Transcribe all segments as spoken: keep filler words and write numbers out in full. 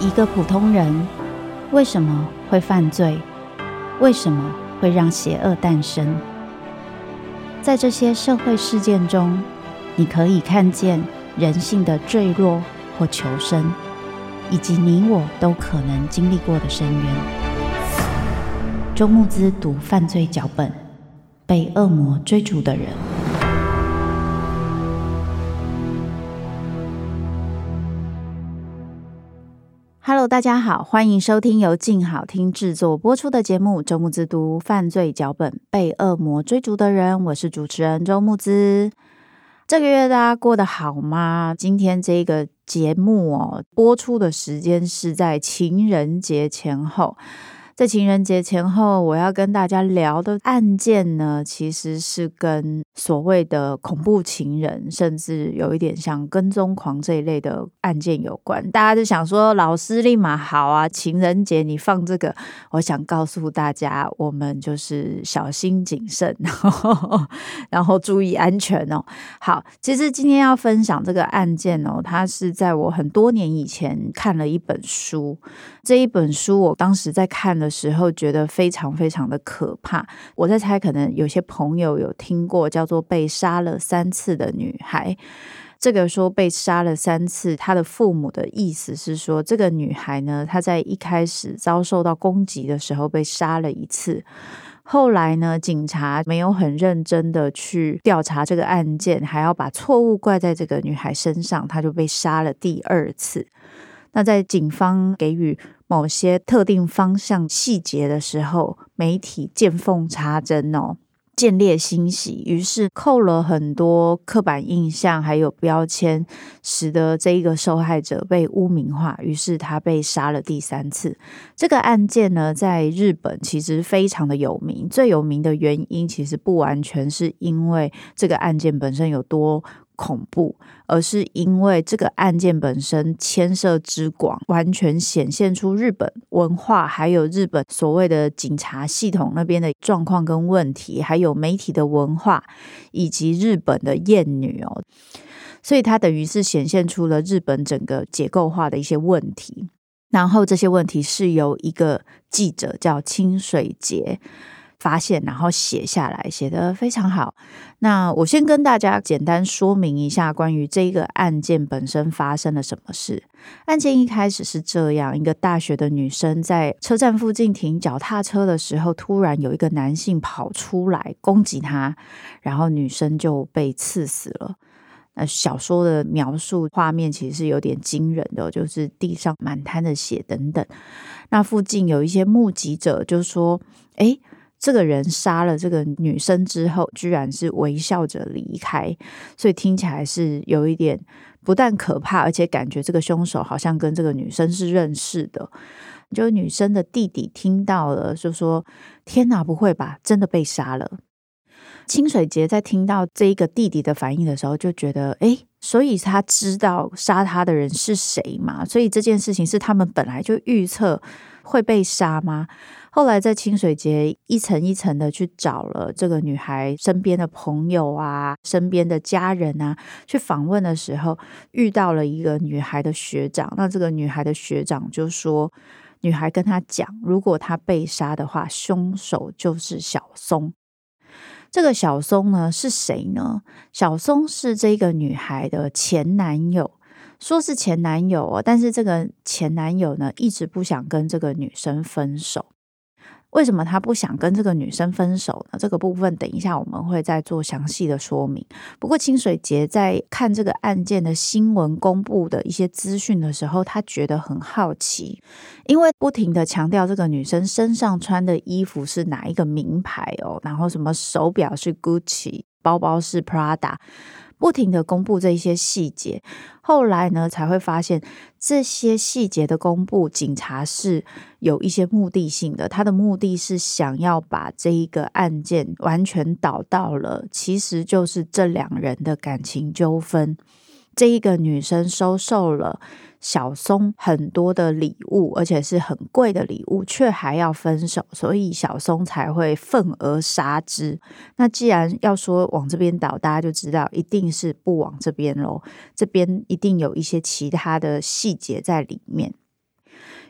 一个普通人为什么会犯罪？为什么会让邪恶诞生？在这些社会事件中，你可以看见人性的坠落或求生，以及你我都可能经历过的深渊。周慕姿读犯罪脚本，被恶魔追逐的人。Hello， 大家好，欢迎收听由静好听制作播出的节目《周慕姿读犯罪脚本：被恶魔追逐的人》，我是主持人周慕姿。这个月大家过得好吗？今天这个节目哦，播出的时间是在情人节前后。在情人节前后，我要跟大家聊的案件呢，其实是跟所谓的恐怖情人，甚至有一点像跟踪狂这一类的案件有关。大家就想说，老师立马好啊，情人节你放这个，我想告诉大家，我们就是小心谨慎，然后注意安全哦。好，其实今天要分享这个案件哦，它是在我很多年以前看了一本书，这一本书我当时在看的时候觉得非常非常的可怕。我在猜可能有些朋友有听过叫做被杀了三次的女孩。这个说被杀了三次，她的父母的意思是说，这个女孩呢，她在一开始遭受到攻击的时候被杀了一次，后来呢，警察没有很认真的去调查这个案件，还要把错误怪在这个女孩身上，她就被杀了第二次。那在警方给予某些特定方向细节的时候，媒体见缝插针哦，见猎心喜，于是扣了很多刻板印象还有标签，使得这一个受害者被污名化，于是他被杀了第三次。这个案件呢，在日本其实非常的有名，最有名的原因其实不完全是因为这个案件本身有多恐怖，而是因为这个案件本身牵涉之广，完全显现出日本文化还有日本所谓的警察系统那边的状况跟问题，还有媒体的文化以及日本的厌女哦，所以它等于是显现出了日本整个结构化的一些问题。然后这些问题是由一个记者叫清水节发现，然后写下来，写得非常好。那我先跟大家简单说明一下关于这个案件本身发生了什么事。案件一开始是这样，一个大学的女生在车站附近停脚踏车的时候，突然有一个男性跑出来攻击她，然后女生就被刺死了。那小说的描述画面其实是有点惊人的，就是地上满滩的血等等。那附近有一些目击者就说，诶，这个人杀了这个女生之后，居然是微笑着离开，所以听起来是有一点不但可怕，而且感觉这个凶手好像跟这个女生是认识的。就女生的弟弟听到了，就说：“天哪，不会吧，真的被杀了。”清水节在听到这一个弟弟的反应的时候，就觉得，诶，所以他知道杀他的人是谁嘛？所以这件事情是他们本来就预测会被杀吗？后来在清水节一层一层的去找了这个女孩身边的朋友啊，身边的家人啊，去访问的时候，遇到了一个女孩的学长。那这个女孩的学长就说，女孩跟他讲，如果她被杀的话，凶手就是小松。这个小松呢是谁呢？小松是这个女孩的前男友，说是前男友哦，但是这个前男友呢一直不想跟这个女生分手。为什么他不想跟这个女生分手呢？这个部分等一下我们会再做详细的说明。不过清水节在看这个案件的新闻公布的一些资讯的时候，他觉得很好奇，因为不停的强调这个女生身上穿的衣服是哪一个名牌哦，然后什么手表是 Gucci， 包包是 Prada，不停的公布这些细节。后来呢才会发现这些细节的公布，警察是有一些目的性的，他的目的是想要把这一个案件完全导到了其实就是这两人的感情纠纷。这一个女生收受了小松很多的礼物，而且是很贵的礼物，却还要分手，所以小松才会愤而杀之。那既然要说往这边倒，大家就知道一定是不往这边咯，这边一定有一些其他的细节在里面。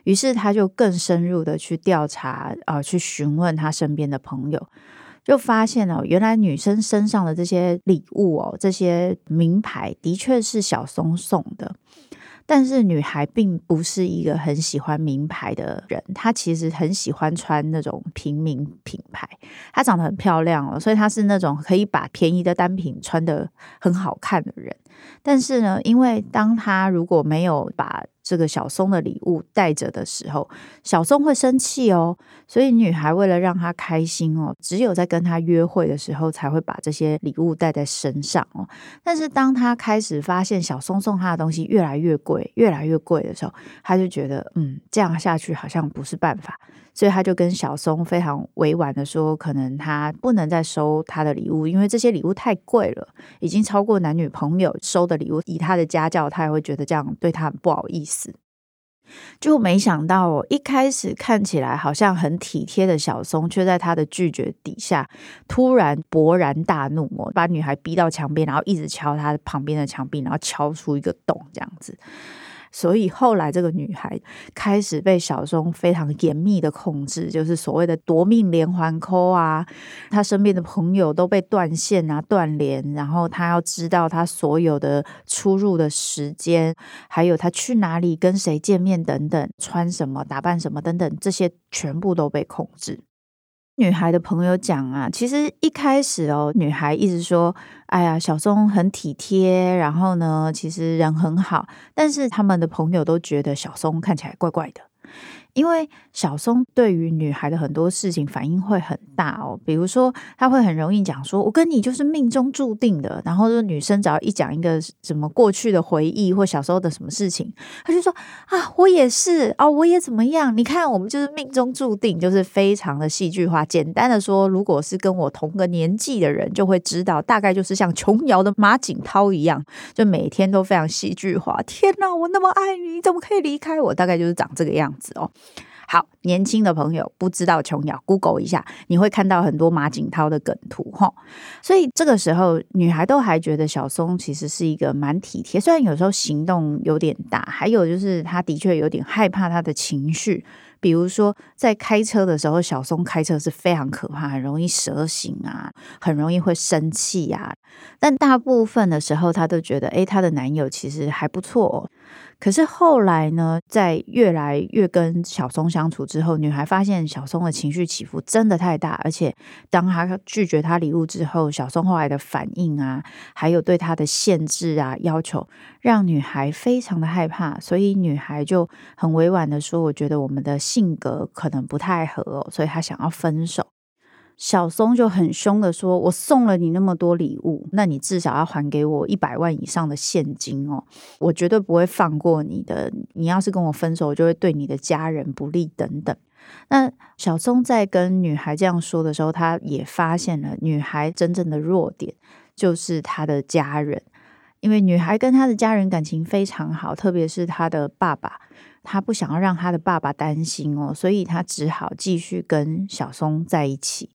于是他就更深入的去调查，呃，去询问他身边的朋友，就发现哦，原来女生身上的这些礼物哦，这些名牌的确是小松送的。但是女孩并不是一个很喜欢名牌的人，她其实很喜欢穿那种平民品牌，她长得很漂亮哦，所以她是那种可以把便宜的单品穿得很好看的人。但是呢，因为当她如果没有把这个小松的礼物带着的时候，小松会生气哦，所以女孩为了让她开心哦，只有在跟她约会的时候才会把这些礼物带在身上哦。但是当她开始发现小松送她的东西越来越贵越来越贵的时候，她就觉得嗯，这样下去好像不是办法，所以她就跟小松非常委婉的说，可能她不能再收她的礼物，因为这些礼物太贵了，已经超过男女朋友收的礼物，以她的家教，她也会觉得这样对她很不好意思。就没想到哦，一开始看起来好像很体贴的小松，却在他的拒绝底下突然勃然大怒哦，把女孩逼到墙边，然后一直敲她旁边的墙壁，然后敲出一个洞这样子。所以后来这个女孩开始被小松非常严密的控制，就是所谓的夺命连环扣啊，她身边的朋友都被断线啊断联，然后她要知道她所有的出入的时间，还有她去哪里跟谁见面等等，穿什么打扮什么等等，这些全部都被控制。女孩的朋友讲啊，其实一开始哦，女孩一直说，哎呀，小松很体贴，然后呢，其实人很好，但是他们的朋友都觉得小松看起来怪怪的。因为小松对于女孩的很多事情反应会很大哦，比如说他会很容易讲说我跟你就是命中注定的，然后女生只要一讲一个什么过去的回忆或小时候的什么事情，他就说啊我也是哦，我也怎么样，你看我们就是命中注定，就是非常的戏剧化。简单的说，如果是跟我同个年纪的人就会知道，大概就是像琼瑶的马景涛一样，就每天都非常戏剧化，天哪我那么爱你，你怎么可以离开我，大概就是长这个样子哦。好，年轻的朋友不知道琼瑶 Google 一下，你会看到很多马景涛的梗图齁。所以这个时候女孩都还觉得小松其实是一个蛮体贴，虽然有时候行动有点大，还有就是他的确有点害怕他的情绪，比如说在开车的时候，小松开车是非常可怕，很容易蛇行啊，很容易会生气啊。但大部分的时候她都觉得诶，她的男友其实还不错哦。可是后来呢，在越来越跟小松相处之后，女孩发现小松的情绪起伏真的太大，而且当她拒绝她礼物之后，小松后来的反应啊，还有对她的限制啊要求，让女孩非常的害怕，所以女孩就很委婉的说，我觉得我们的性格可能不太合哦，所以她想要分手。小松就很凶的说，我送了你那么多礼物，那你至少要还给我一百万以上的现金哦，我绝对不会放过你的，你要是跟我分手，我就会对你的家人不利等等。那小松在跟女孩这样说的时候，他也发现了女孩真正的弱点就是她的家人，因为女孩跟她的家人感情非常好，特别是她的爸爸，她不想要让她的爸爸担心哦，所以她只好继续跟小松在一起。